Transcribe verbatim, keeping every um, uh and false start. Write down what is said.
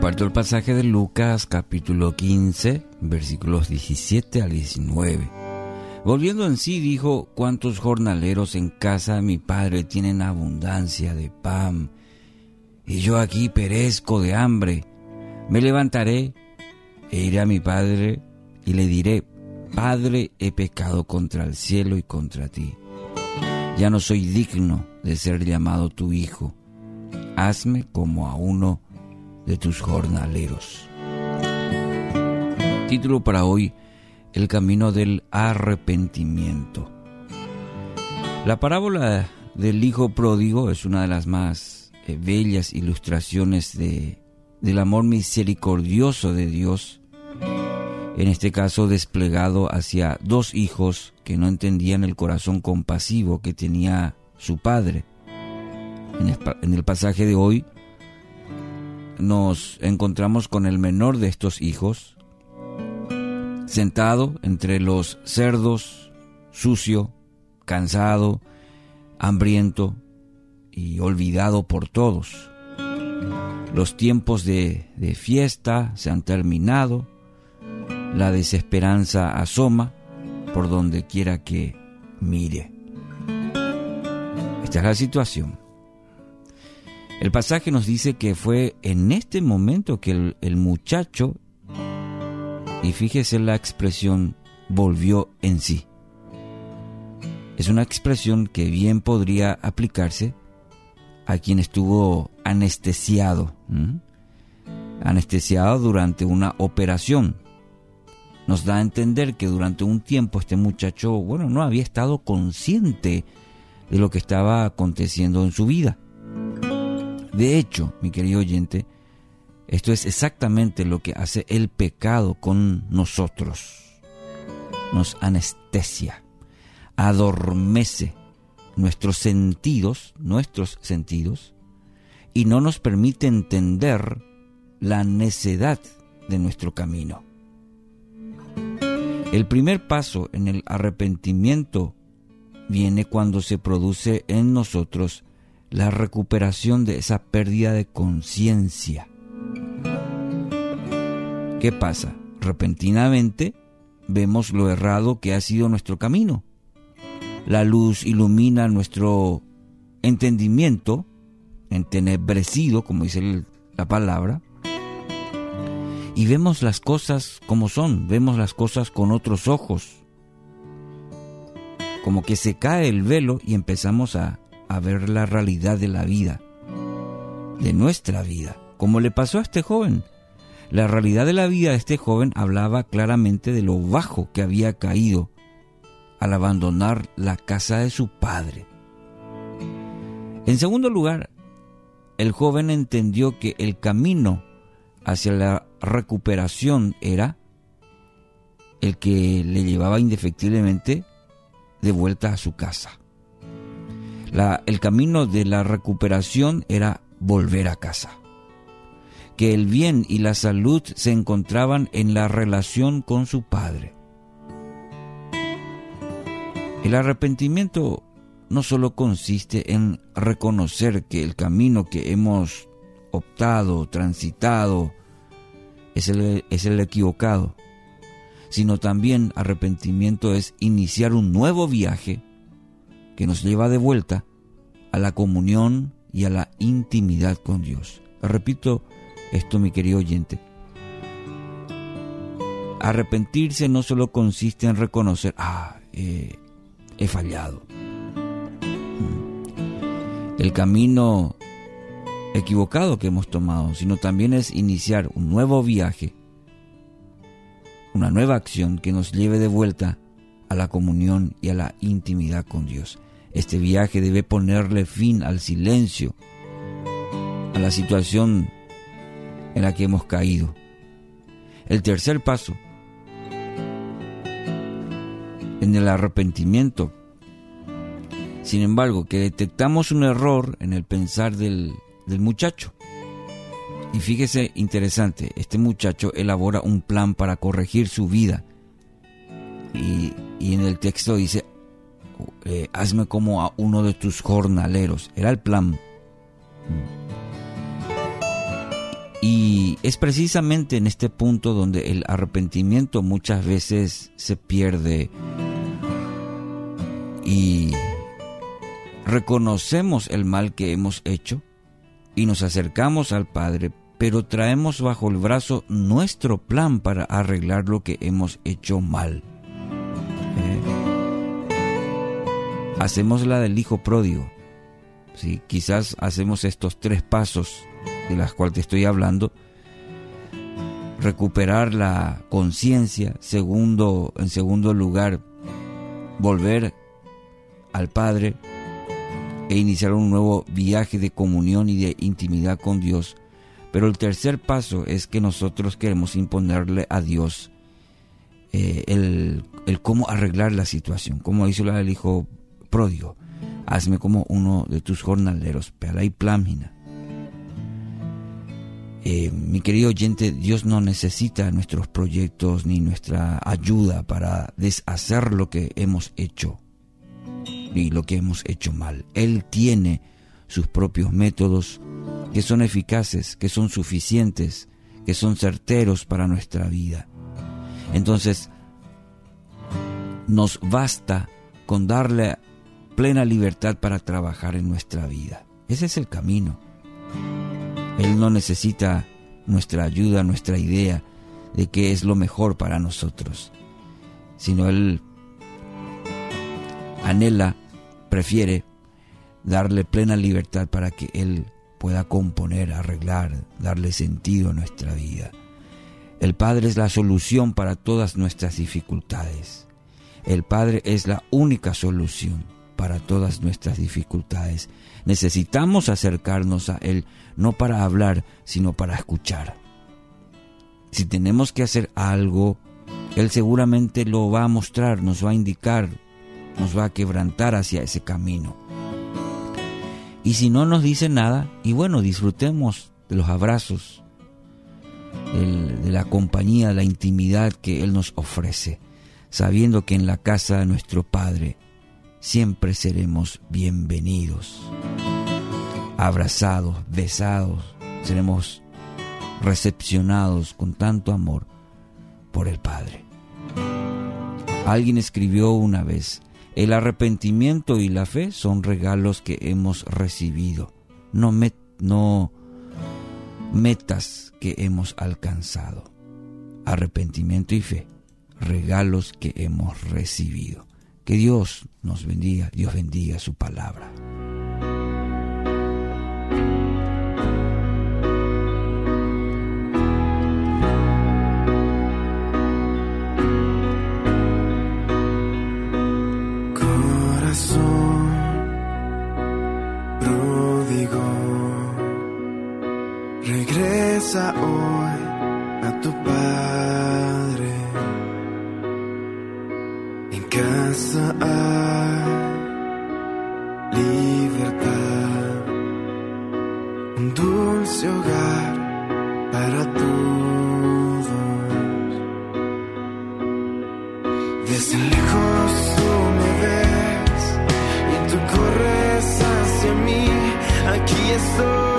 comparto el pasaje de Lucas capítulo quince, versículos diecisiete al diecinueve. Volviendo en sí, dijo: ¿Cuántos jornaleros en casa de mi padre tienen abundancia de pan? Y yo aquí perezco de hambre. Me levantaré e iré a mi padre y le diré: Padre, he pecado contra el cielo y contra ti. Ya no soy digno de ser llamado tu hijo. Hazme como a uno de tus jornaleros. Título para hoy: El camino del arrepentimiento. La parábola del hijo pródigo es una de las más eh, bellas ilustraciones de, del amor misericordioso de Dios, en este caso desplegado hacia dos hijos que no entendían el corazón compasivo que tenía su padre. En el, en el pasaje de hoy nos encontramos con el menor de estos hijos, sentado entre los cerdos, sucio, cansado, hambriento y olvidado por todos. Los tiempos de, de fiesta se han terminado, la desesperanza asoma por donde quiera que mire. Esta es la situación. El pasaje nos dice que fue en este momento que el, el muchacho, y fíjese la expresión, volvió en sí. Es una expresión que bien podría aplicarse a quien estuvo anestesiado, ¿Mm? anestesiado durante una operación. Nos da a entender que durante un tiempo este muchacho, bueno, no había estado consciente de lo que estaba aconteciendo en su vida. De hecho, mi querido oyente, esto es exactamente lo que hace el pecado con nosotros. Nos anestesia, adormece nuestros sentidos, nuestros sentidos, y no nos permite entender la necedad de nuestro camino. El primer paso en el arrepentimiento viene cuando se produce en nosotros la recuperación de esa pérdida de conciencia. ¿Qué pasa? Repentinamente vemos lo errado que ha sido nuestro camino. La luz ilumina nuestro entendimiento, entenebrecido, como dice el, la palabra, y vemos las cosas como son, vemos las cosas con otros ojos. Como que se cae el velo y empezamos a, a ver la realidad de la vida, de nuestra vida, como le pasó a este joven. La realidad de la vida de este joven hablaba claramente de lo bajo que había caído al abandonar la casa de su padre. En segundo lugar, el joven entendió que el camino hacia la recuperación era el que le llevaba indefectiblemente de vuelta a su casa. La, el camino de la recuperación era volver a casa. Que el bien y la salud se encontraban en la relación con su padre. El arrepentimiento no solo consiste en reconocer que el camino que hemos optado, transitado, es el, es el equivocado, sino también arrepentimiento es iniciar un nuevo viaje que nos lleva de vuelta a la comunión y a la intimidad con Dios. Repito esto, mi querido oyente. Arrepentirse no solo consiste en reconocer, ah, eh, he fallado. El camino equivocado que hemos tomado, sino también es iniciar un nuevo viaje, una nueva acción que nos lleve de vuelta a la comunión y a la intimidad con Dios. Este viaje debe ponerle fin al silencio, a la situación en la que hemos caído. El tercer paso en el arrepentimiento, sin embargo, que detectamos un error en el pensar del, del muchacho. Y fíjese, interesante, este muchacho elabora un plan para corregir su vida. Y, y en el texto dice, eh, hazme como a uno de tus jornaleros. Era el plan. Y es precisamente en este punto donde el arrepentimiento muchas veces se pierde y reconocemos el mal que hemos hecho y nos acercamos al Padre, pero traemos bajo el brazo nuestro plan para arreglar lo que hemos hecho mal. ¿Eh? Hacemos la del hijo pródigo. ¿Sí? Quizás hacemos estos tres pasos de los cuales te estoy hablando. Recuperar la conciencia. Segundo, en segundo lugar, volver al Padre e iniciar un nuevo viaje de comunión y de intimidad con Dios. Pero el tercer paso es que nosotros queremos imponerle a Dios eh, el, el cómo arreglar la situación. Como hizo la del hijo pródigo. Hazme como uno de tus jornaleros, peala y plámina. Eh, mi querido oyente, Dios no necesita nuestros proyectos ni nuestra ayuda para deshacer lo que hemos hecho y lo que hemos hecho mal. Él tiene sus propios métodos que son eficaces, que son suficientes, que son certeros para nuestra vida. Entonces, nos basta con darle plena libertad para trabajar en nuestra vida. Ese es el camino. Él no necesita nuestra ayuda, nuestra idea de qué es lo mejor para nosotros, sino Él anhela, prefiere darle plena libertad para que Él pueda componer, arreglar, darle sentido a nuestra vida. El Padre es la solución para todas nuestras dificultades. El Padre es la única solución para todas nuestras dificultades. Necesitamos acercarnos a Él, no para hablar, sino para escuchar. Si tenemos que hacer algo, Él seguramente lo va a mostrar, nos va a indicar, nos va a quebrantar hacia ese camino. Y si no nos dice nada, y bueno, disfrutemos de los abrazos, el, de la compañía, de la intimidad que Él nos ofrece, sabiendo que en la casa de nuestro Padre siempre seremos bienvenidos, abrazados, besados, seremos recepcionados con tanto amor por el Padre. Alguien escribió una vez: el arrepentimiento y la fe son regalos que hemos recibido, no, met, no metas que hemos alcanzado. Arrepentimiento y fe, regalos que hemos recibido. Que Dios nos bendiga, Dios bendiga su palabra. Corazón pródigo, regresa hoy a tu Padre. En casa hay libertad, un dulce hogar para todos. Desde lejos tú me ves y tú corres hacia mí. Aquí estoy.